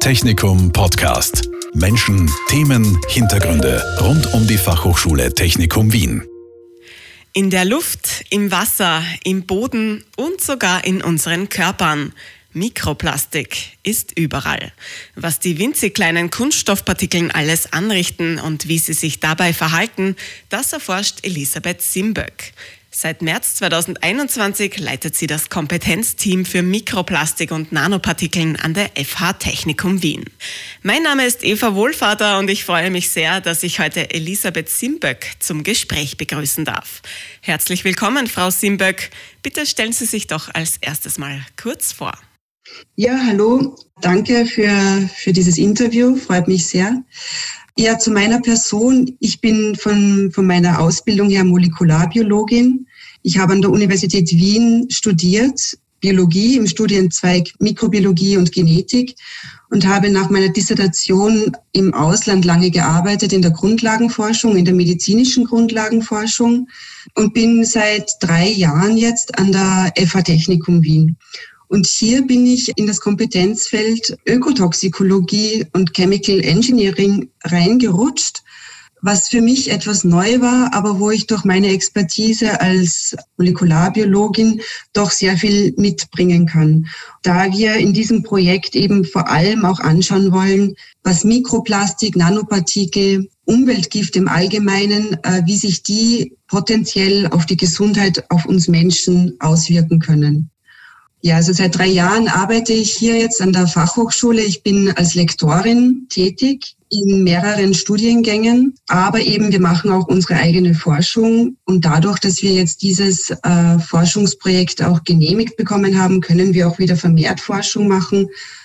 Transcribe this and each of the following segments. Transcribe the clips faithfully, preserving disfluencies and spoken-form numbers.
Technikum Podcast. Menschen, Themen, Hintergründe rund um die Fachhochschule Technikum Wien. In der Luft, im Wasser, im Boden und sogar in unseren Körpern. Mikroplastik ist überall. Was die winzig kleinen Kunststoffpartikeln alles anrichten und wie sie sich dabei verhalten, das erforscht Elisabeth Simböck. Seit März zweitausendeinundzwanzig leitet sie das Kompetenzteam für Mikroplastik und Nanopartikeln an der F H Technikum Wien. Mein Name ist Eva Wohlvater und ich freue mich sehr, dass ich heute Elisabeth Simböck zum Gespräch begrüßen darf. Herzlich willkommen, Frau Simböck. Bitte stellen Sie sich doch als erstes mal kurz vor. Ja, hallo. Danke für, für dieses Interview. Freut mich sehr. Ja, zu meiner Person. Ich bin von, von meiner Ausbildung her Molekularbiologin. Ich habe an der Universität Wien studiert, Biologie im Studienzweig Mikrobiologie und Genetik und habe nach meiner Dissertation im Ausland lange gearbeitet in der Grundlagenforschung, in der medizinischen Grundlagenforschung und bin seit drei Jahren jetzt an der F H Technikum Wien. Und hier bin ich in das Kompetenzfeld Ökotoxikologie und Chemical Engineering reingerutscht, was für mich etwas neu war, aber wo ich durch meine Expertise als Molekularbiologin doch sehr viel mitbringen kann. Da wir in diesem Projekt eben vor allem auch anschauen wollen, was Mikroplastik, Nanopartikel, Umweltgifte im Allgemeinen, wie sich die potenziell auf die Gesundheit, auf uns Menschen auswirken können. Ja, also seit drei Jahren arbeite ich hier jetzt an der Fachhochschule. Ich bin als Lektorin tätig in mehreren Studiengängen, aber eben wir machen auch unsere eigene Forschung. Und dadurch, dass wir jetzt dieses äh, Forschungsprojekt auch genehmigt bekommen haben, können wir auch wieder vermehrt Forschung machen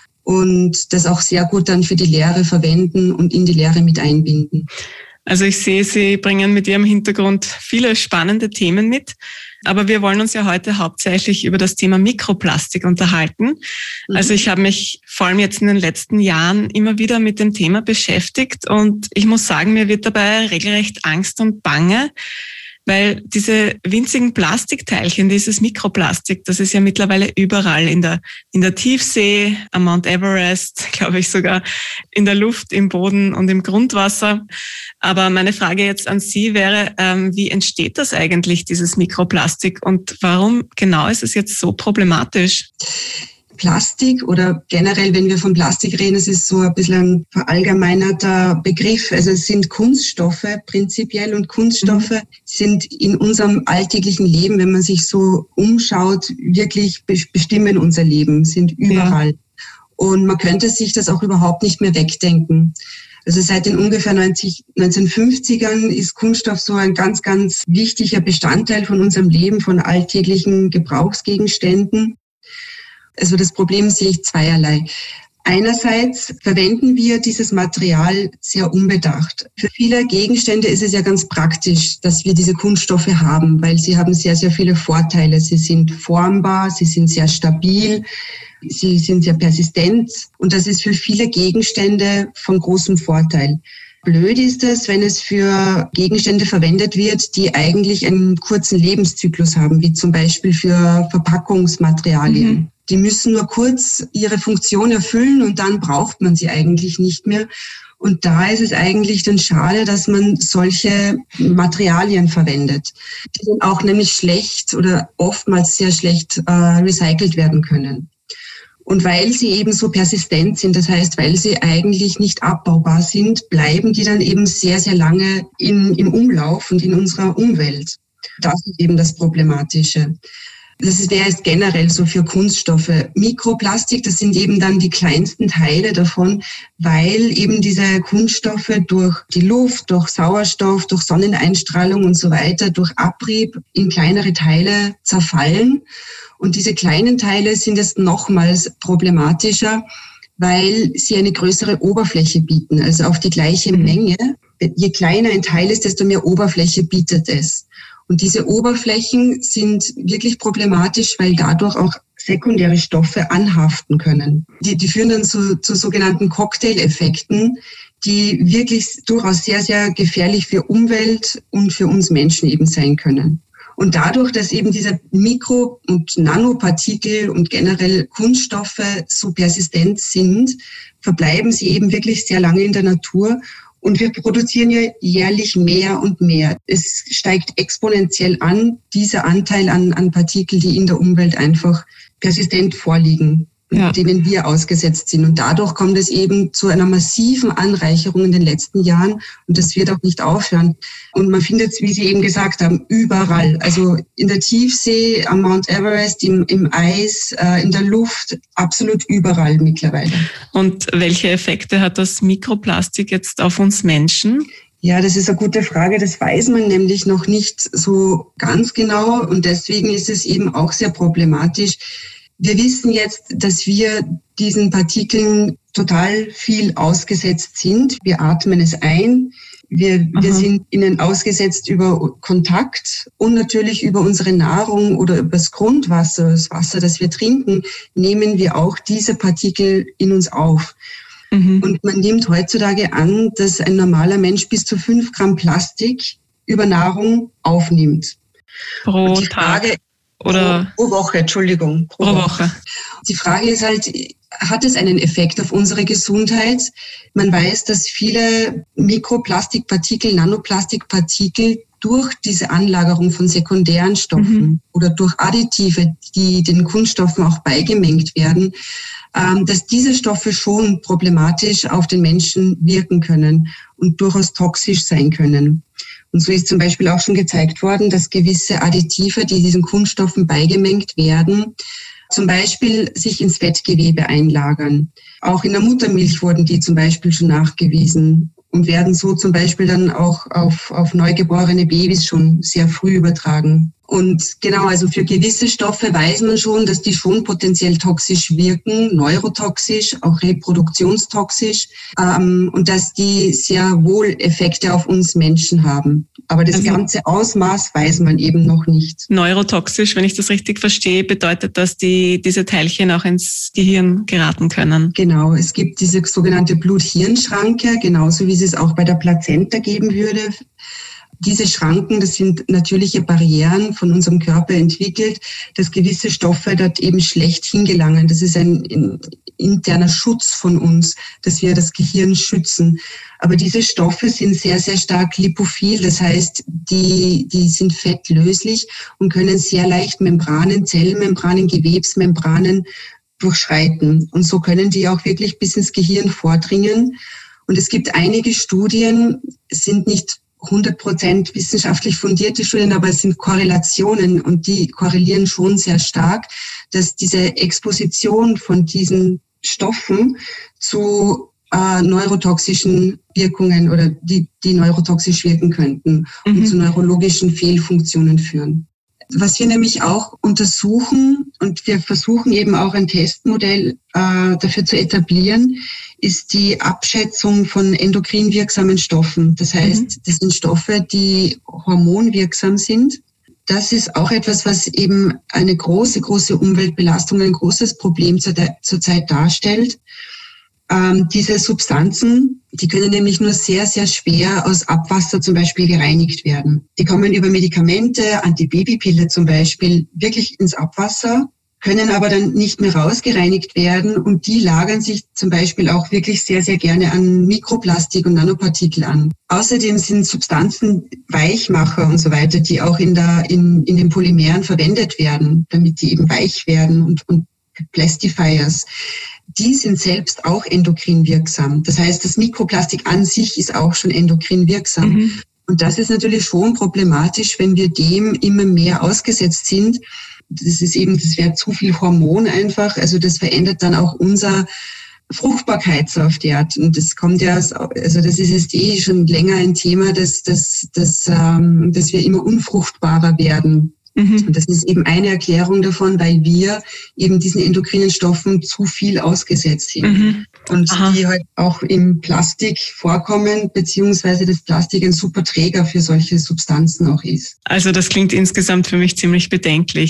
und das auch sehr gut dann für die Lehre verwenden und in die Lehre mit einbinden. Also ich sehe, Sie bringen mit Ihrem Hintergrund viele spannende Themen mit. Aber wir wollen uns ja heute hauptsächlich über das Thema Mikroplastik unterhalten. Mhm. Also ich habe mich vor allem jetzt in den letzten Jahren immer wieder mit dem Thema beschäftigt und ich muss sagen, mir wird dabei regelrecht Angst und Bange, weil diese winzigen Plastikteilchen, dieses Mikroplastik, das ist ja mittlerweile überall in der, in der Tiefsee, am Mount Everest, glaube ich sogar, in der Luft, im Boden und im Grundwasser. Aber meine Frage jetzt an Sie wäre, ähm, wie entsteht das eigentlich, dieses Mikroplastik und warum genau ist es jetzt so problematisch? Plastik oder generell, wenn wir von Plastik reden, es ist so ein bisschen ein verallgemeinerter Begriff. Also es sind Kunststoffe prinzipiell und Kunststoffe mhm. sind in unserem alltäglichen Leben, wenn man sich so umschaut, wirklich bestimmen unser Leben, sind überall. Ja. Und man könnte sich das auch überhaupt nicht mehr wegdenken. Also seit den ungefähr neunzehnhundertfünfzigern ist Kunststoff so ein ganz, ganz wichtiger Bestandteil von unserem Leben, von alltäglichen Gebrauchsgegenständen. Also das Problem sehe ich zweierlei. Einerseits verwenden wir dieses Material sehr unbedacht. Für viele Gegenstände ist es ja ganz praktisch, dass wir diese Kunststoffe haben, weil sie haben sehr, sehr viele Vorteile. Sie sind formbar, sie sind sehr stabil, sie sind sehr persistent und das ist für viele Gegenstände von großem Vorteil. Blöd ist es, wenn es für Gegenstände verwendet wird, die eigentlich einen kurzen Lebenszyklus haben, wie zum Beispiel für Verpackungsmaterialien. Mhm. Die müssen nur kurz ihre Funktion erfüllen und dann braucht man sie eigentlich nicht mehr. Und da ist es eigentlich dann schade, dass man solche Materialien verwendet, die dann auch nämlich schlecht oder oftmals sehr schlecht äh, recycelt werden können. Und weil sie eben so persistent sind, das heißt, weil sie eigentlich nicht abbaubar sind, bleiben die dann eben sehr, sehr lange in, im Umlauf und in unserer Umwelt. Das ist eben das Problematische. Das wäre jetzt generell so für Kunststoffe. Mikroplastik, das sind eben dann die kleinsten Teile davon, weil eben diese Kunststoffe durch die Luft, durch Sauerstoff, durch Sonneneinstrahlung und so weiter, durch Abrieb in kleinere Teile zerfallen. Und diese kleinen Teile sind jetzt nochmals problematischer, weil sie eine größere Oberfläche bieten, also auf die gleiche Menge. Je kleiner ein Teil ist, desto mehr Oberfläche bietet es. Und diese Oberflächen sind wirklich problematisch, weil dadurch auch sekundäre Stoffe anhaften können. Die, die führen dann zu, zu sogenannten Cocktail-Effekten, die wirklich durchaus sehr, sehr gefährlich für Umwelt und für uns Menschen eben sein können. Und dadurch, dass eben diese Mikro- und Nanopartikel und generell Kunststoffe so persistent sind, verbleiben sie eben wirklich sehr lange in der Natur. Und wir produzieren ja jährlich mehr und mehr. Es steigt exponentiell an, dieser Anteil an, an Partikeln, die in der Umwelt einfach persistent vorliegen. Ja. Denen wir ausgesetzt sind. Und dadurch kommt es eben zu einer massiven Anreicherung in den letzten Jahren. Und das wird auch nicht aufhören. Und man findet es, wie Sie eben gesagt haben, überall. Also in der Tiefsee, am Mount Everest, im, im Eis, äh, in der Luft, absolut überall mittlerweile. Und welche Effekte hat das Mikroplastik jetzt auf uns Menschen? Ja, das ist eine gute Frage. Das weiß man nämlich noch nicht so ganz genau. Und deswegen ist es eben auch sehr problematisch. Wir wissen jetzt, dass wir diesen Partikeln total viel ausgesetzt sind. Wir atmen es ein. Wir, wir sind ihnen ausgesetzt über Kontakt und natürlich über unsere Nahrung oder über das Grundwasser, das Wasser, das wir trinken, nehmen wir auch diese Partikel in uns auf. Mhm. Und man nimmt heutzutage an, dass ein normaler Mensch bis zu fünf Gramm Plastik über Nahrung aufnimmt. Pro und die Frage, Tag. Oder pro, pro Woche, Entschuldigung. Pro, pro Woche. Woche. Die Frage ist halt, hat es einen Effekt auf unsere Gesundheit? Man weiß, dass viele Mikroplastikpartikel, Nanoplastikpartikel durch diese Anlagerung von sekundären Stoffen mhm. oder durch Additive, die den Kunststoffen auch beigemengt werden, dass diese Stoffe schon problematisch auf den Menschen wirken können und durchaus toxisch sein können. Und so ist zum Beispiel auch schon gezeigt worden, dass gewisse Additive, die diesen Kunststoffen beigemengt werden, zum Beispiel sich ins Fettgewebe einlagern. Auch in der Muttermilch wurden die zum Beispiel schon nachgewiesen und werden so zum Beispiel dann auch auf, auf neugeborene Babys schon sehr früh übertragen. Und genau, also für gewisse Stoffe weiß man schon, dass die schon potenziell toxisch wirken, neurotoxisch, auch reproduktionstoxisch, ähm, und dass die sehr wohl Effekte auf uns Menschen haben. Aber das also, ganze Ausmaß weiß man eben noch nicht. Neurotoxisch, wenn ich das richtig verstehe, bedeutet, dass die, diese Teilchen auch ins Gehirn geraten können. Genau, es gibt diese sogenannte Blut-Hirn-Schranke, genauso wie es es auch bei der Plazenta geben würde. Diese Schranken, das sind natürliche Barrieren von unserem Körper entwickelt, dass gewisse Stoffe dort eben schlecht hingelangen. Das ist ein, ein interner Schutz von uns, dass wir das Gehirn schützen. Aber diese Stoffe sind sehr, sehr stark lipophil. Das heißt, die, die sind fettlöslich und können sehr leicht Membranen, Zellmembranen, Gewebsmembranen durchschreiten. Und so können die auch wirklich bis ins Gehirn vordringen. Und es gibt einige Studien, es sind nicht hundert Prozent wissenschaftlich fundierte Studien, aber es sind Korrelationen und die korrelieren schon sehr stark, dass diese Exposition von diesen Stoffen zu äh, neurotoxischen Wirkungen oder die, die neurotoxisch wirken könnten und mhm. zu neurologischen Fehlfunktionen führen. Was wir nämlich auch untersuchen und wir versuchen eben auch ein Testmodell äh, dafür zu etablieren, ist die Abschätzung von endokrin wirksamen Stoffen. Das heißt, mhm. das sind Stoffe, die hormonwirksam sind. Das ist auch etwas, was eben eine große, große Umweltbelastung, ein großes Problem zur, zur Zeit darstellt. Ähm, diese Substanzen, die können nämlich nur sehr, sehr schwer aus Abwasser zum Beispiel gereinigt werden. Die kommen über Medikamente, Antibabypille zum Beispiel, wirklich ins Abwasser, können aber dann nicht mehr rausgereinigt werden und die lagern sich zum Beispiel auch wirklich sehr, sehr gerne an Mikroplastik und Nanopartikel an. Außerdem sind Substanzen, Weichmacher und so weiter, die auch in, der, in, in den Polymeren verwendet werden, damit die eben weich werden und, und Plastifiers. Die sind selbst auch endokrin wirksam. Das heißt, das Mikroplastik an sich ist auch schon endokrin wirksam. Mhm. Und das ist natürlich schon problematisch, wenn wir dem immer mehr ausgesetzt sind. Das ist eben, das wäre zu viel Hormon einfach. Also das verändert dann auch unser Fruchtbarkeit so auf die Art. Und das kommt ja, also das ist jetzt eh schon länger ein Thema, dass, dass, dass, ähm, dass wir immer unfruchtbarer werden. Mhm. Und das ist eben eine Erklärung davon, weil wir eben diesen endokrinen Stoffen zu viel ausgesetzt sind. Mhm. Und Aha. die halt auch im Plastik vorkommen, beziehungsweise das Plastik ein super Träger für solche Substanzen auch ist. Also das klingt insgesamt für mich ziemlich bedenklich.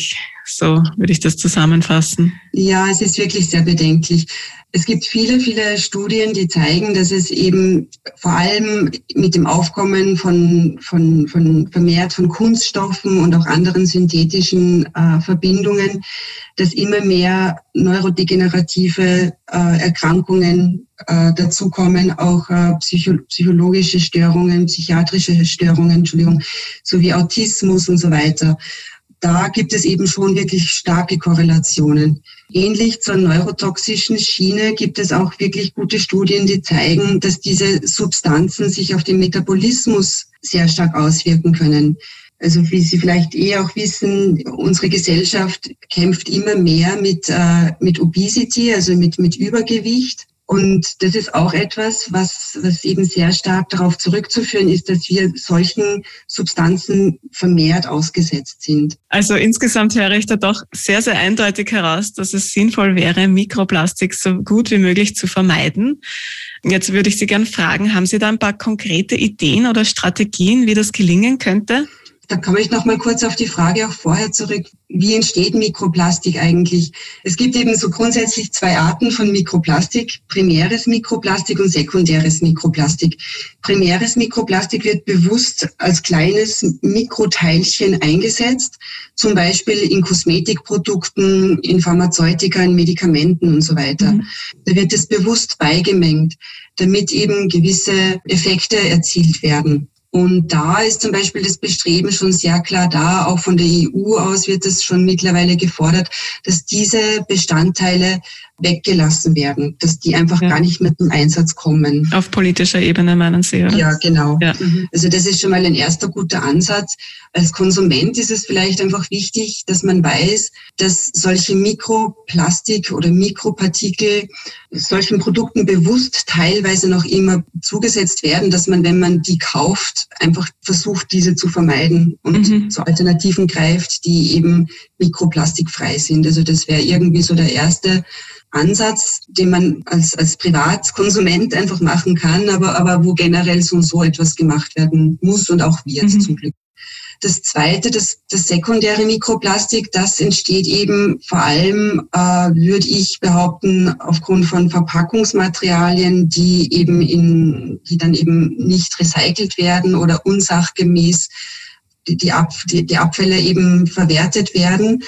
So würde ich das zusammenfassen. Ja, es ist wirklich sehr bedenklich. Es gibt viele, viele Studien, die zeigen, dass es eben vor allem mit dem Aufkommen von, von, von vermehrt von Kunststoffen und auch anderen synthetischen äh, Verbindungen, dass immer mehr neurodegenerative äh, Erkrankungen äh, dazukommen, auch äh, psycho- psychologische Störungen, psychiatrische Störungen, Entschuldigung, sowie Autismus und so weiter. Da gibt es eben schon wirklich starke Korrelationen. Ähnlich zur neurotoxischen Schiene gibt es auch wirklich gute Studien, die zeigen, dass diese Substanzen sich auf den Metabolismus sehr stark auswirken können. Also wie Sie vielleicht eh auch wissen, unsere Gesellschaft kämpft immer mehr mit, äh, mit Obesity, also mit, mit Übergewicht. Und das ist auch etwas, was, was eben sehr stark darauf zurückzuführen ist, dass wir solchen Substanzen vermehrt ausgesetzt sind. Also insgesamt höre ich da doch sehr, sehr eindeutig heraus, dass es sinnvoll wäre, Mikroplastik so gut wie möglich zu vermeiden. Jetzt würde ich Sie gerne fragen, haben Sie da ein paar konkrete Ideen oder Strategien, wie das gelingen könnte? Da komme ich noch mal kurz auf die Frage auch vorher zurück. Wie entsteht Mikroplastik eigentlich? Es gibt eben so grundsätzlich zwei Arten von Mikroplastik, primäres Mikroplastik und sekundäres Mikroplastik. Primäres Mikroplastik wird bewusst als kleines Mikroteilchen eingesetzt, zum Beispiel in Kosmetikprodukten, in Pharmazeutika, in Medikamenten und so weiter. Mhm. Da wird es bewusst beigemengt, damit eben gewisse Effekte erzielt werden. Und da ist zum Beispiel das Bestreben schon sehr klar da, auch von der E U aus wird es schon mittlerweile gefordert, dass diese Bestandteile weggelassen werden, dass die einfach ja. gar nicht mehr zum Einsatz kommen. Auf politischer Ebene meinen Sie, oder? Ja, genau. Ja. Also das ist schon mal ein erster guter Ansatz. Als Konsument ist es vielleicht einfach wichtig, dass man weiß, dass solche Mikroplastik oder Mikropartikel solchen Produkten bewusst teilweise noch immer zugesetzt werden, dass man, wenn man die kauft, einfach versucht, diese zu vermeiden und mhm. zu Alternativen greift, die eben mikroplastikfrei sind. Also das wäre irgendwie so der erste Ansatz, den man als, als Privatkonsument einfach machen kann, aber, aber wo generell so und so etwas gemacht werden muss und auch wird mhm. zum Glück. Das zweite, das, das sekundäre Mikroplastik, das entsteht eben vor allem, äh, würde ich behaupten, aufgrund von Verpackungsmaterialien, die eben in, die dann eben nicht recycelt werden oder unsachgemäß die, die, Ab, die, die Abfälle eben verwertet werden.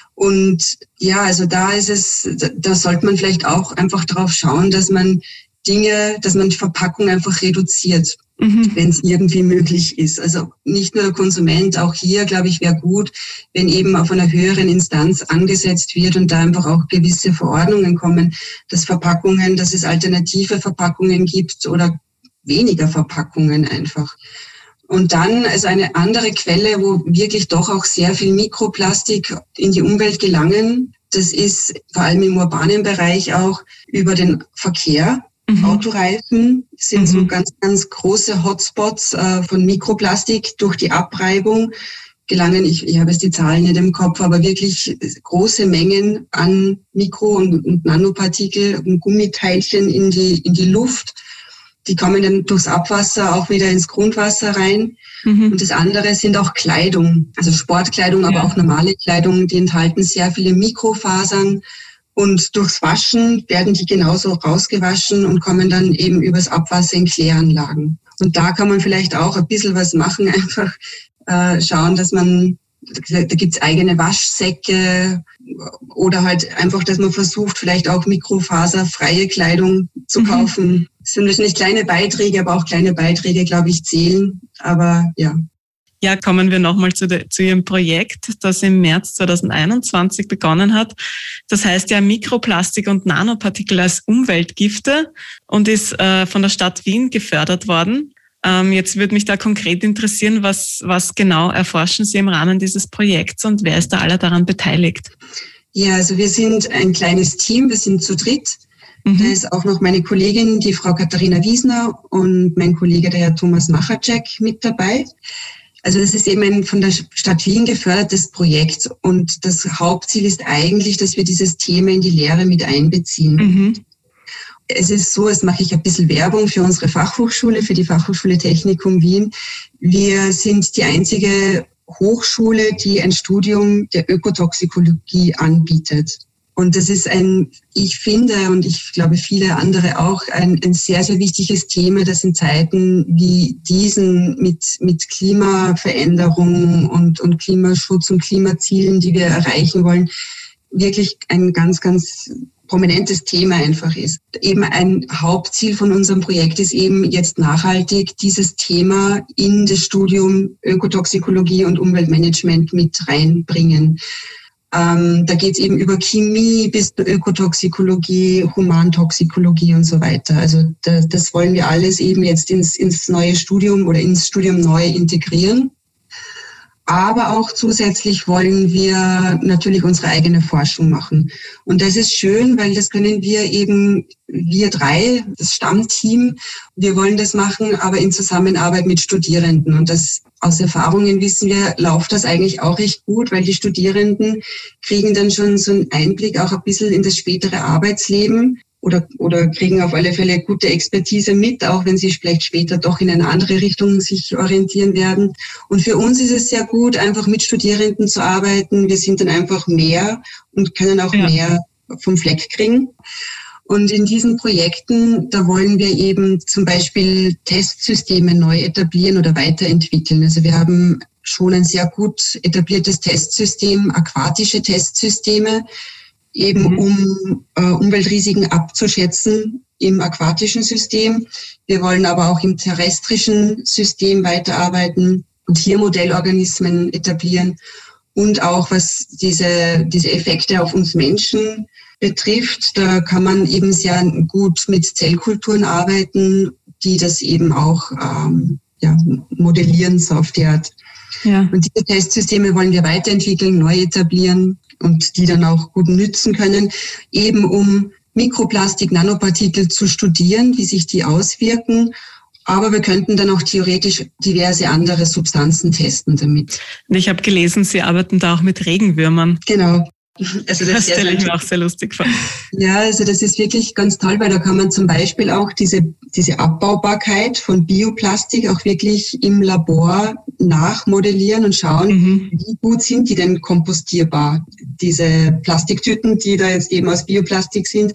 Und ja, also da ist es, da sollte man vielleicht auch einfach drauf schauen, dass man Dinge, dass man die Verpackung einfach reduziert, mhm. wenn es irgendwie möglich ist. Also nicht nur der Konsument, auch hier, glaube ich, wäre gut, wenn eben auf einer höheren Instanz angesetzt wird und da einfach auch gewisse Verordnungen kommen, dass Verpackungen, dass es alternative Verpackungen gibt oder weniger Verpackungen einfach. Und dann also eine andere Quelle, wo wirklich doch auch sehr viel Mikroplastik in die Umwelt gelangen, das ist vor allem im urbanen Bereich auch über den Verkehr. Mhm. Autoreifen sind mhm. so ganz, ganz große Hotspots äh, von Mikroplastik. Durch die Abreibung gelangen, ich, ich habe jetzt die Zahlen nicht im Kopf, aber wirklich große Mengen an Mikro- und, und Nanopartikel und Gummiteilchen in die, in die Luft. Die kommen dann durchs Abwasser auch wieder ins Grundwasser rein. Mhm. Und das andere sind auch Kleidung, also Sportkleidung, ja. aber auch normale Kleidung, die enthalten sehr viele Mikrofasern. Und durchs Waschen werden die genauso rausgewaschen und kommen dann eben übers Abwasser in Kläranlagen. Und da kann man vielleicht auch ein bisschen was machen, einfach äh, schauen, dass man, da gibt's eigene Waschsäcke oder halt einfach, dass man versucht, vielleicht auch mikrofaserfreie Kleidung zu mhm. kaufen. Das sind wahrscheinlich kleine Beiträge, aber auch kleine Beiträge, glaube ich, zählen. Aber ja. Ja, kommen wir nochmal zu, de, zu Ihrem Projekt, das im März zweitausendeinundzwanzig begonnen hat. Das heißt ja Mikroplastik und Nanopartikel als Umweltgifte und ist äh, von der Stadt Wien gefördert worden. Ähm, jetzt würde mich da konkret interessieren, was, was genau erforschen Sie im Rahmen dieses Projekts und wer ist da alle daran beteiligt? Ja, also wir sind ein kleines Team, wir sind zu dritt. Mhm. Da ist auch noch meine Kollegin, die Frau Katharina Wiesner und mein Kollege, der Herr Thomas Machacek, mit dabei. Also das ist eben ein von der Stadt Wien gefördertes Projekt und das Hauptziel ist eigentlich, dass wir dieses Thema in die Lehre mit einbeziehen. Mhm. Es ist so, jetzt mache ich ein bisschen Werbung für unsere Fachhochschule, für die Fachhochschule Technikum Wien. Wir sind die einzige Hochschule, die ein Studium der Ökotoxikologie anbietet. Und das ist ein, ich finde, und ich glaube viele andere auch, ein, ein sehr, sehr wichtiges Thema, das in Zeiten wie diesen mit, mit Klimaveränderung und, und Klimaschutz und Klimazielen, die wir erreichen wollen, wirklich ein ganz, ganz prominentes Thema einfach ist. Eben ein Hauptziel von unserem Projekt ist eben jetzt nachhaltig dieses Thema in das Studium Ökotoxikologie und Umweltmanagement mit reinbringen. Ähm, da geht es eben über Chemie bis zur Ökotoxikologie, Humantoxikologie und so weiter. Also da, das wollen wir alles eben jetzt ins, ins neue Studium oder ins Studium neu integrieren. Aber auch zusätzlich wollen wir natürlich unsere eigene Forschung machen. Und das ist schön, weil das können wir eben, wir drei, das Stammteam, wir wollen das machen, aber in Zusammenarbeit mit Studierenden. Und das aus Erfahrungen wissen wir, läuft das eigentlich auch recht gut, weil die Studierenden kriegen dann schon so einen Einblick auch ein bisschen in das spätere Arbeitsleben. Oder, oder kriegen auf alle Fälle gute Expertise mit, auch wenn sie vielleicht später doch in eine andere Richtung sich orientieren werden. Und für uns ist es sehr gut, einfach mit Studierenden zu arbeiten. Wir sind dann einfach mehr und können auch ja. mehr vom Fleck kriegen. Und in diesen Projekten, da wollen wir eben zum Beispiel Testsysteme neu etablieren oder weiterentwickeln. Also wir haben schon ein sehr gut etabliertes Testsystem, aquatische Testsysteme, eben mhm. um äh, Umweltrisiken abzuschätzen im aquatischen System. Wir wollen aber auch im terrestrischen System weiterarbeiten und hier Modellorganismen etablieren. Und auch was diese, diese Effekte auf uns Menschen betrifft, da kann man eben sehr gut mit Zellkulturen arbeiten, die das eben auch ähm, ja, modellieren, so auf die Art. Ja. Und diese Testsysteme wollen wir weiterentwickeln, neu etablieren und die dann auch gut nützen können, eben um Mikroplastik, Nanopartikel zu studieren, wie sich die auswirken. Aber wir könnten dann auch theoretisch diverse andere Substanzen testen damit. Und ich habe gelesen, Sie arbeiten da auch mit Regenwürmern. Genau. Also das, das stelle ich mir auch sehr lustig vor. Ja, also das ist wirklich ganz toll, weil da kann man zum Beispiel auch diese, diese Abbaubarkeit von Bioplastik auch wirklich im Labor nachmodellieren und schauen, mhm. wie gut sind die denn kompostierbar, diese Plastiktüten, die da jetzt eben aus Bioplastik sind,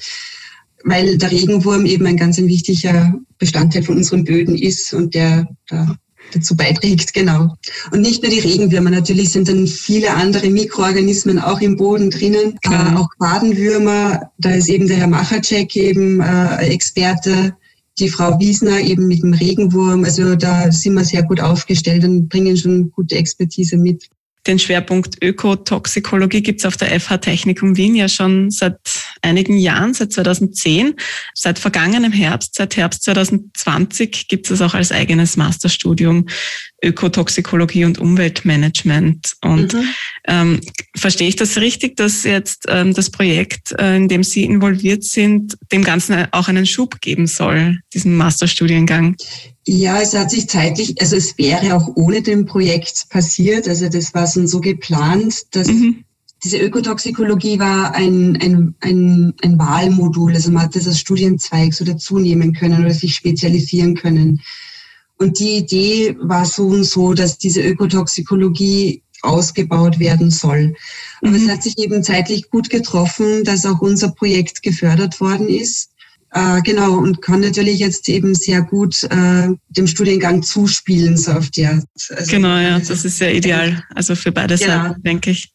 weil der Regenwurm eben ein ganz ein wichtiger Bestandteil von unseren Böden ist und der da dazu beiträgt, genau. Und nicht nur die Regenwürmer, natürlich sind dann viele andere Mikroorganismen auch im Boden drinnen, äh, auch Fadenwürmer, da ist eben der Herr Machacek eben äh, Experte, die Frau Wiesner eben mit dem Regenwurm, also da sind wir sehr gut aufgestellt und bringen schon gute Expertise mit. Den Schwerpunkt Ökotoxikologie gibt es auf der F H Technikum Wien ja schon seit einigen Jahren, seit zweitausendzehn. Seit vergangenem Herbst, seit Herbst zweitausendzwanzig gibt es auch als eigenes Masterstudium Ökotoxikologie und Umweltmanagement. Und mhm. ähm, verstehe ich das richtig, dass jetzt ähm, das Projekt, äh, in dem Sie involviert sind, dem Ganzen auch einen Schub geben soll, diesem Masterstudiengang? Ja, es hat sich zeitlich, also es wäre auch ohne dem Projekt passiert. Also das war schon so geplant, dass mhm. diese Ökotoxikologie war ein, ein, ein, ein Wahlmodul. Also man hat das als Studienzweig so dazu nehmen können oder sich spezialisieren können. Und die Idee war so und so, dass diese Ökotoxikologie ausgebaut werden soll. Aber mhm. es hat sich eben zeitlich gut getroffen, dass auch unser Projekt gefördert worden ist. Äh, genau, und kann natürlich jetzt eben sehr gut äh, dem Studiengang zuspielen, so auf die Art. Also, genau, ja, das ist ja ideal. Also für beide genau. Seiten, denke ich.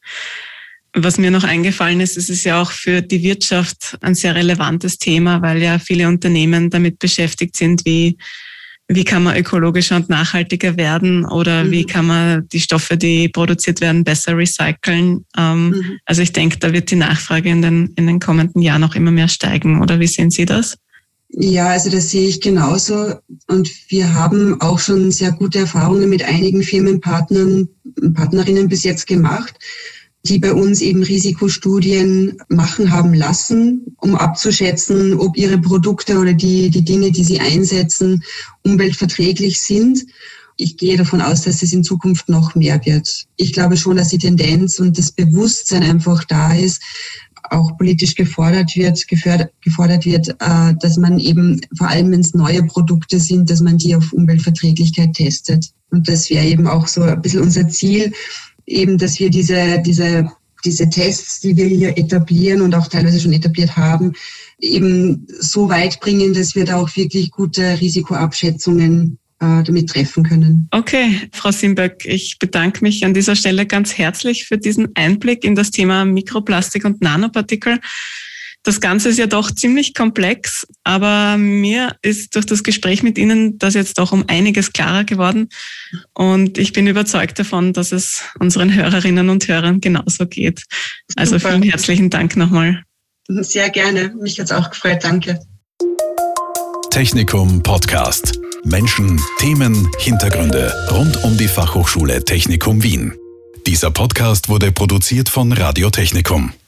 Was mir noch eingefallen ist, es ist ja auch für die Wirtschaft ein sehr relevantes Thema, weil ja viele Unternehmen damit beschäftigt sind, wie Wie kann man ökologischer und nachhaltiger werden oder mhm. wie kann man die Stoffe, die produziert werden, besser recyceln? Ähm, mhm. Also ich denke, da wird die Nachfrage in den, in den kommenden Jahren auch immer mehr steigen. Oder wie sehen Sie das? Ja, also das sehe ich genauso. Und wir haben auch schon sehr gute Erfahrungen mit einigen Firmenpartnern, Partnerinnen bis jetzt gemacht, die bei uns eben Risikostudien machen haben lassen, um abzuschätzen, ob ihre Produkte oder die, die Dinge, die sie einsetzen, umweltverträglich sind. Ich gehe davon aus, dass es in Zukunft noch mehr wird. Ich glaube schon, dass die Tendenz und das Bewusstsein einfach da ist, auch politisch gefordert wird, gefördert, gefordert wird, äh, dass man eben, vor allem wenn es neue Produkte sind, dass man die auf Umweltverträglichkeit testet. Und das wäre eben auch so ein bisschen unser Ziel, eben, dass wir diese, diese, diese Tests, die wir hier etablieren und auch teilweise schon etabliert haben, eben so weit bringen, dass wir da auch wirklich gute Risikoabschätzungen äh, damit treffen können. Okay, Frau Simböck, ich bedanke mich an dieser Stelle ganz herzlich für diesen Einblick in das Thema Mikroplastik und Nanopartikel. Das Ganze ist ja doch ziemlich komplex, aber mir ist durch das Gespräch mit Ihnen das jetzt doch um einiges klarer geworden. Und ich bin überzeugt davon, dass es unseren Hörerinnen und Hörern genauso geht. Also Super. Vielen herzlichen Dank nochmal. Sehr gerne. Mich hat's auch gefreut. Danke. Technikum Podcast. Menschen, Themen, Hintergründe rund um die Fachhochschule Technikum Wien. Dieser Podcast wurde produziert von Radio Technikum.